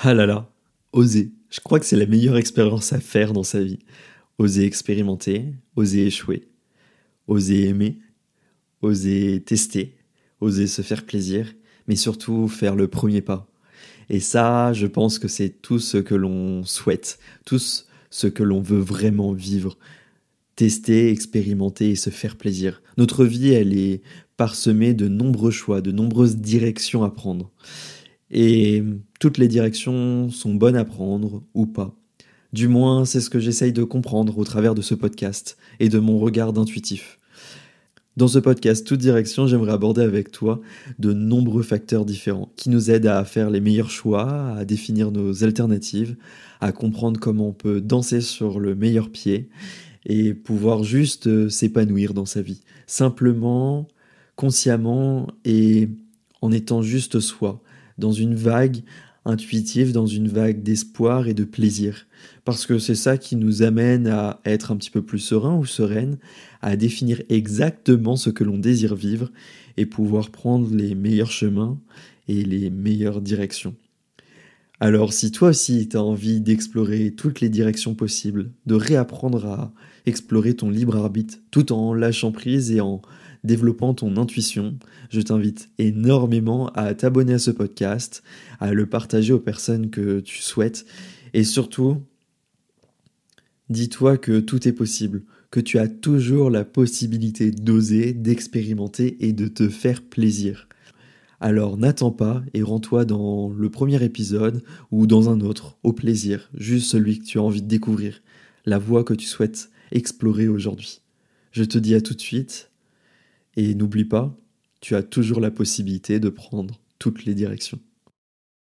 Ah là là, oser. Je crois que c'est la meilleure expérience à faire dans sa vie. Oser expérimenter, oser échouer, oser aimer, oser tester, oser se faire plaisir, mais surtout faire le premier pas. Et ça, je pense que c'est tout ce que l'on souhaite, tout ce que l'on veut vraiment vivre. Tester, expérimenter et se faire plaisir. Notre vie, elle est parsemée de nombreux choix, de nombreuses directions à prendre. Et toutes les directions sont bonnes à prendre ou pas. Du moins, c'est ce que j'essaye de comprendre au travers de ce podcast et de mon regard intuitif. Dans ce podcast Toute Direction, j'aimerais aborder avec toi de nombreux facteurs différents qui nous aident à faire les meilleurs choix, à définir nos alternatives, à comprendre comment on peut danser sur le meilleur pied et pouvoir juste s'épanouir dans sa vie. Simplement, consciemment et en étant juste soi, dans une vague intuitive, dans une vague d'espoir et de plaisir. Parce que c'est ça qui nous amène à être un petit peu plus serein ou sereine, à définir exactement ce que l'on désire vivre et pouvoir prendre les meilleurs chemins et les meilleures directions. Alors si toi aussi tu as envie d'explorer toutes les directions possibles, de réapprendre à explorer ton libre arbitre tout en lâchant prise et en développant ton intuition, je t'invite énormément à t'abonner à ce podcast, à le partager aux personnes que tu souhaites et surtout, dis-toi que tout est possible, que tu as toujours la possibilité d'oser, d'expérimenter et de te faire plaisir. Alors n'attends pas et rends-toi dans le premier épisode ou dans un autre, au plaisir, juste celui que tu as envie de découvrir, la voie que tu souhaites explorer aujourd'hui. Je te dis à tout de suite et n'oublie pas, tu as toujours la possibilité de prendre toutes les directions.